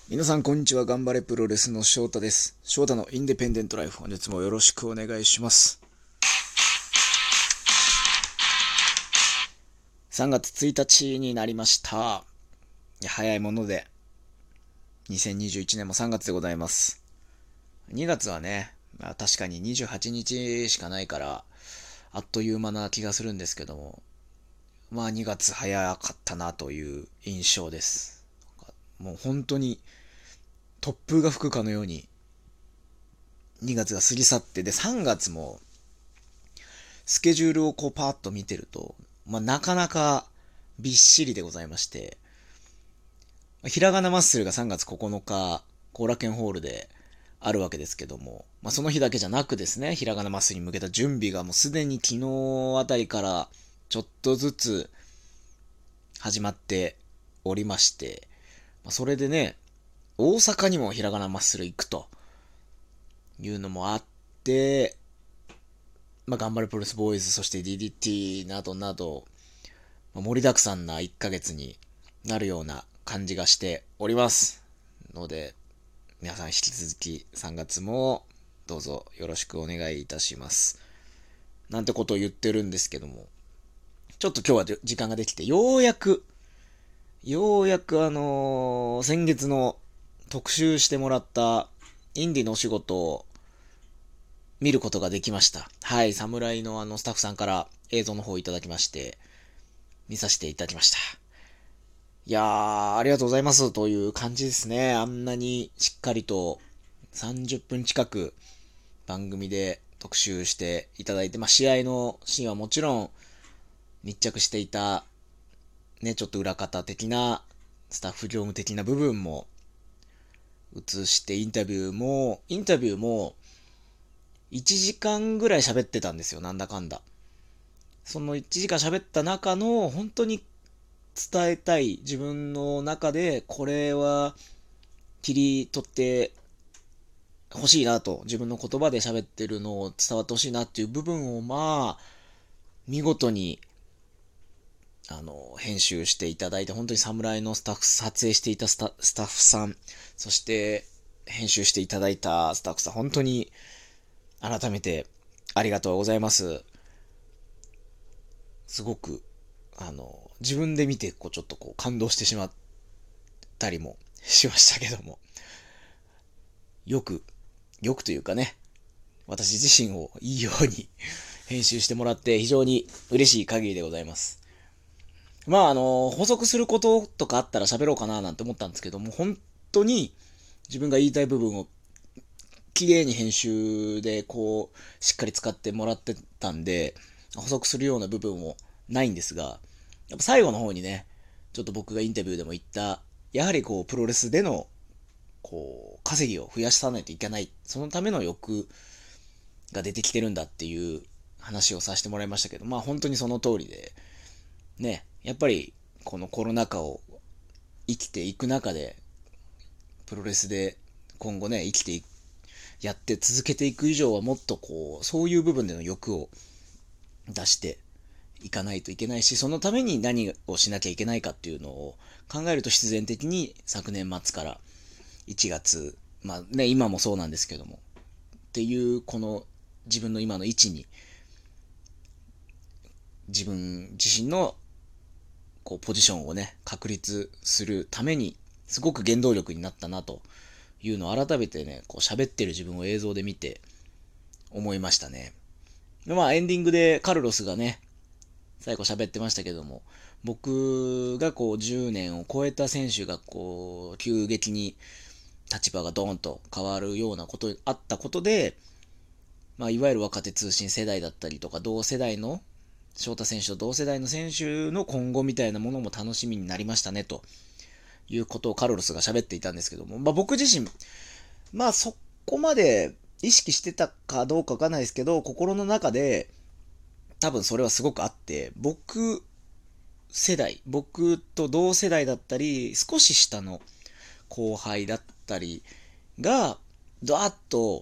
皆さんこんにちは。頑張れプロレスの翔太です。翔太のインデペンデントライフ、本日もよろしくお願いします。3月1日になりました。早いもので2021年も3月でございます。2月はね、確かに28日しかないからあっという間な気がするんですけども、2月早かったなという印象です。もう本当に突風が吹くかのように2月が過ぎ去って、で3月もスケジュールをこうパーッと見てると、なかなかびっしりでございまして、ひらがなマッスルが3月9日、後楽園ホールであるわけですけども、その日だけじゃなくですね、ひらがなマッスルに向けた準備がもうすでに昨日あたりからちょっとずつ始まっておりまして、それでね、大阪にもひらがなマッスル行くというのもあって、頑張れプロレスボーイズ、そして DDT などなど、盛りだくさんな1ヶ月になるような感じがしておりますので、皆さん引き続き3月もどうぞよろしくお願いいたします。なんてことを言ってるんですけども、ちょっと今日は時間ができて、ようやく先月の特集してもらったインディのお仕事を見ることができました。はい、侍のスタッフさんから映像の方をいただきまして、見させていただきました。いやー、ありがとうございますという感じですね。あんなにしっかりと30分近く番組で特集していただいて、試合のシーンはもちろん密着していた、ね、ちょっと裏方的な、スタッフ業務的な部分も映してインタビューも1時間ぐらい喋ってたんですよ、なんだかんだ。その1時間喋った中の本当に伝えたい自分の中でこれは切り取って欲しいなと、自分の言葉で喋ってるのを伝わってほしいなっていう部分を見事に編集していただいて、本当に侍のスタッフ、撮影していたスタッフさん、そして編集していただいたスタッフさん、本当に改めてありがとうございます。すごく自分で見てちょっと感動してしまったりもしましたけども、よくよくというかね、私自身をいいように編集してもらって非常に嬉しい限りでございます。補足することとかあったら喋ろうかななんて思ったんですけども、本当に自分が言いたい部分を綺麗に編集でしっかり使ってもらってたんで、補足するような部分もないんですが、やっぱ最後の方にね、ちょっと僕がインタビューでも言った、やはりプロレスでの、稼ぎを増やさないといけない。そのための欲が出てきてるんだっていう話をさせてもらいましたけど、本当にその通りで、ね、やっぱりこのコロナ禍を生きていく中で、プロレスで今後ね、やって続けていく以上はもっとそういう部分での欲を出していかないといけないし、そのために何をしなきゃいけないかっていうのを考えると必然的に昨年末から1月、今もそうなんですけども、っていうこの自分の今の位置に、自分自身のポジションをね、確立するために、すごく原動力になったなというのを改めてね、喋ってる自分を映像で見て思いましたね。エンディングでカルロスがね、最後喋ってましたけども、僕が10年を超えた選手が急激に立場がドーンと変わるようなことあったことで、いわゆる若手通信世代だったりとか、同世代の翔太選手と同世代の選手の今後みたいなものも楽しみになりましたねということをカルロスが喋っていたんですけども、僕自身、そこまで意識してたかどうかわかんないですけど、心の中で多分それはすごくあって、僕と同世代だったり、少し下の後輩だったりが、ドワッと、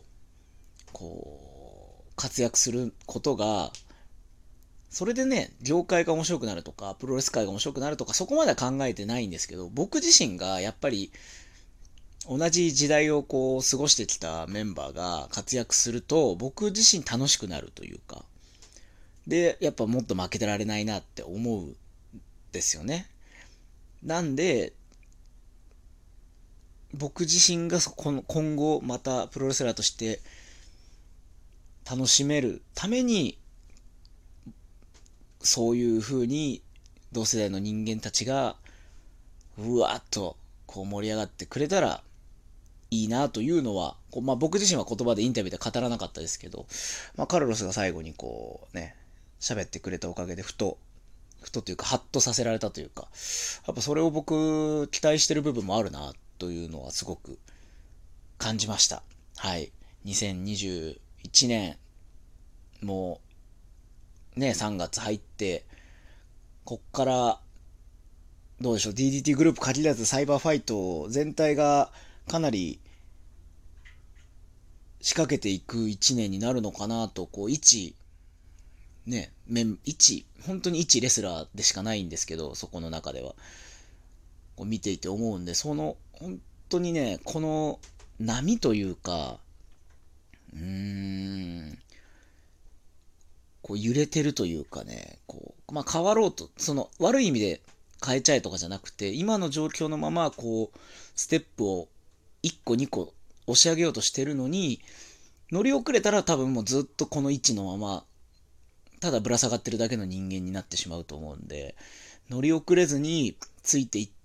活躍することが、それでね、業界が面白くなるとか、プロレス界が面白くなるとか、そこまでは考えてないんですけど、僕自身がやっぱり、 同じ時代をこう過ごしてきたメンバーが活躍すると、僕自身楽しくなるというか、で、やっぱもっと負けてられないなって思うんですよね。なんで、僕自身が今後またプロレスラーとして楽しめるために、そういう風に同世代の人間たちがうわーっとこう盛り上がってくれたらいいなというのは、まあ、僕自身は言葉でインタビューで語らなかったですけど、まあ、カルロスが最後にこうね、喋ってくれたおかげでふとというか、ハッとさせられたというか、やっぱそれを僕期待してる部分もあるなというのはすごく感じました。はい。2021年、もうね、3月入って、こっから、どうでしょう、DDT グループ限らずサイバーファイト全体がかなり仕掛けていく一年になるのかなと、こう、本当に一レスラーでしかないんですけど、そこの中では。こう見ていて思うんで、本当にね、この波というか、こう揺れてるというかね、まあ変わろうと、悪い意味で変えちゃえとかじゃなくて、今の状況のまま、こう、ステップを1個2個押し上げようとしてるのに、乗り遅れたら多分もうずっとこの位置のまま、ただぶら下がってるだけの人間になってしまうと思うんで、乗り遅れずについていって、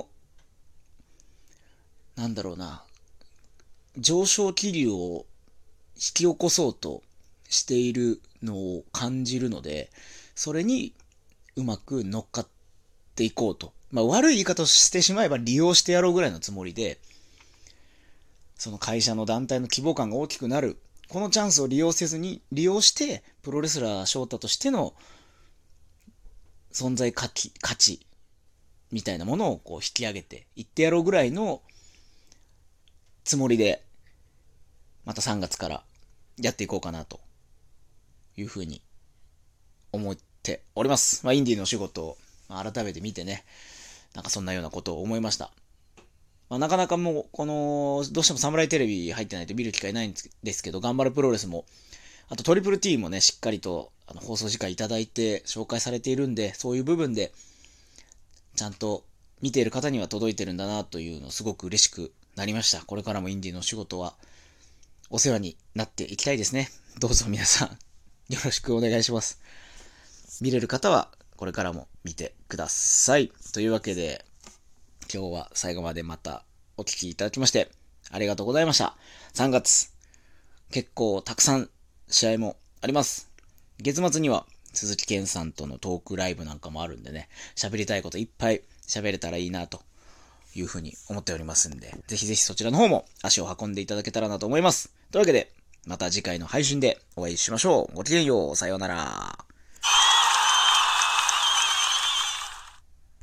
なんだろうな、上昇気流を引き起こそうとしているのを感じるので、それにうまく乗っかっていこうと。まあ悪い言い方をしてしまえば利用してやろうぐらいのつもりで、その会社の団体の規模感が大きくなる。このチャンスを利用して、プロレスラー翔太としての存在価値みたいなものをこう引き上げていってやろうぐらいのつもりで、また3月からやっていこうかなというふうに思っております。まあ、インディーの仕事を改めて見てね、なんかそんなようなことを思いました。まあ、なかなかもう、どうしてもサムライテレビ入ってないと見る機会ないんですけど、頑張るプロレスも、あとトリプル T もね、しっかりと放送時間いただいて紹介されているんで、そういう部分で、ちゃんと見ている方には届いてるんだなというのをすごく嬉しくなりました。これからもインディーの仕事はお世話になっていきたいですね。どうぞ皆さん、よろしくお願いします。見れる方はこれからも見てください。というわけで、今日は最後までまたお聞きいただきましてありがとうございました。3月、結構たくさん試合もあります。月末には鈴木健さんとのトークライブなんかもあるんでね、喋りたいこといっぱい喋れたらいいなというふうに思っておりますんで、ぜひぜひそちらの方も足を運んでいただけたらなと思います。というわけで、また次回の配信でお会いしましょう。ごきげんよう。さようなら。